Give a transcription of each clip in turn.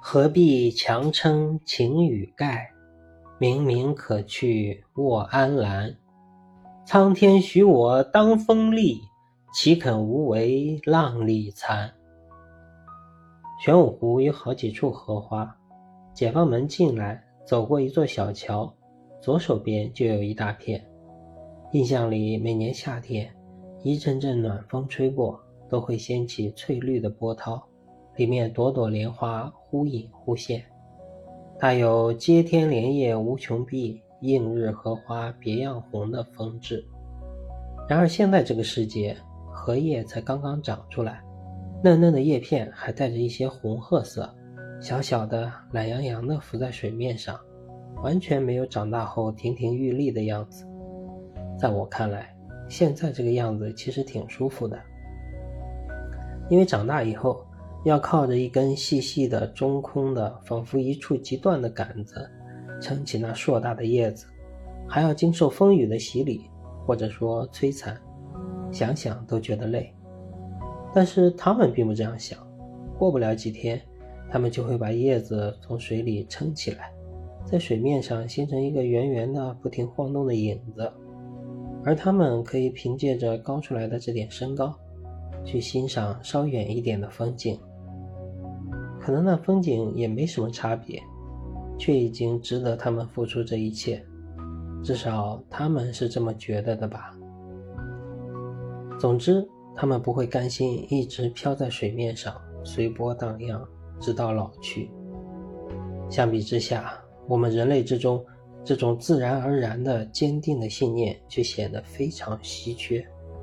何必强撑晴雨盖，明明可去卧安澜。苍天许我当风力，岂肯无为浪里残。玄武湖有好几处荷花，解放门进来，走过一座小桥，左手边就有一大片。印象里每年夏天，一阵阵暖风吹过，都会掀起翠绿的波涛，里面朵朵莲花忽隐忽现，大有接天莲叶无穷碧，映日荷花别样红的风致。然而现在这个世界，荷叶才刚刚长出来，嫩嫩的叶片还带着一些红褐色，小小的懒洋洋地浮在水面上，完全没有长大后亭亭玉立的样子。在我看来，现在这个样子其实挺舒服的，因为长大以后要靠着一根细细的中空的仿佛一触即断的杆子撑起那硕大的叶子，还要经受风雨的洗礼，或者说摧残，想想都觉得累。但是他们并不这样想，过不了几天，他们就会把叶子从水里撑起来，在水面上形成一个圆圆的不停晃动的影子，而他们可以凭借着高出来的这点身高去欣赏稍远一点的风景。可能那风景也没什么差别，却已经值得他们付出这一切，至少他们是这么觉得的吧。总之，他们不会甘心一直飘在水面上，随波荡漾，直到老去。相比之下，我们人类之中这种自然而然的坚定的信念却显得非常稀缺。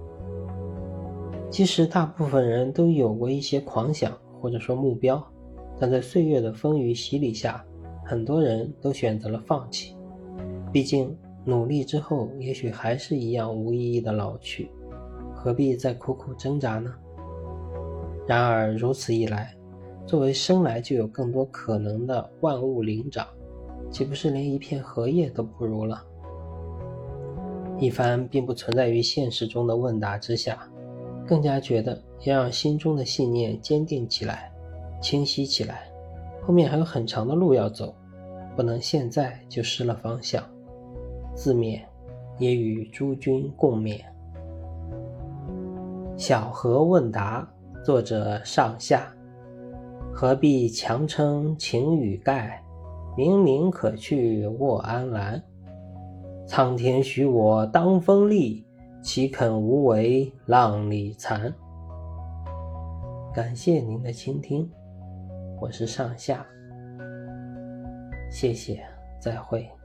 其实大部分人都有过一些狂想或者说目标，但在岁月的风雨洗礼下，很多人都选择了放弃。毕竟努力之后也许还是一样无意义的老去，何必再苦苦挣扎呢？然而如此一来，作为生来就有更多可能的万物灵长，岂不是连一片荷叶都不如了？一番并不存在于现实中的问答之下，更加觉得要让心中的信念坚定起来，清晰起来，后面还有很长的路要走，不能现在就失了方向。自勉也与诸君共勉。小荷问答，作者上下。何必强撑晴雨盖，明明可去卧安澜。苍天许我当风力，岂肯无为浪里残。感谢您的倾听，我是上下，谢谢，再会。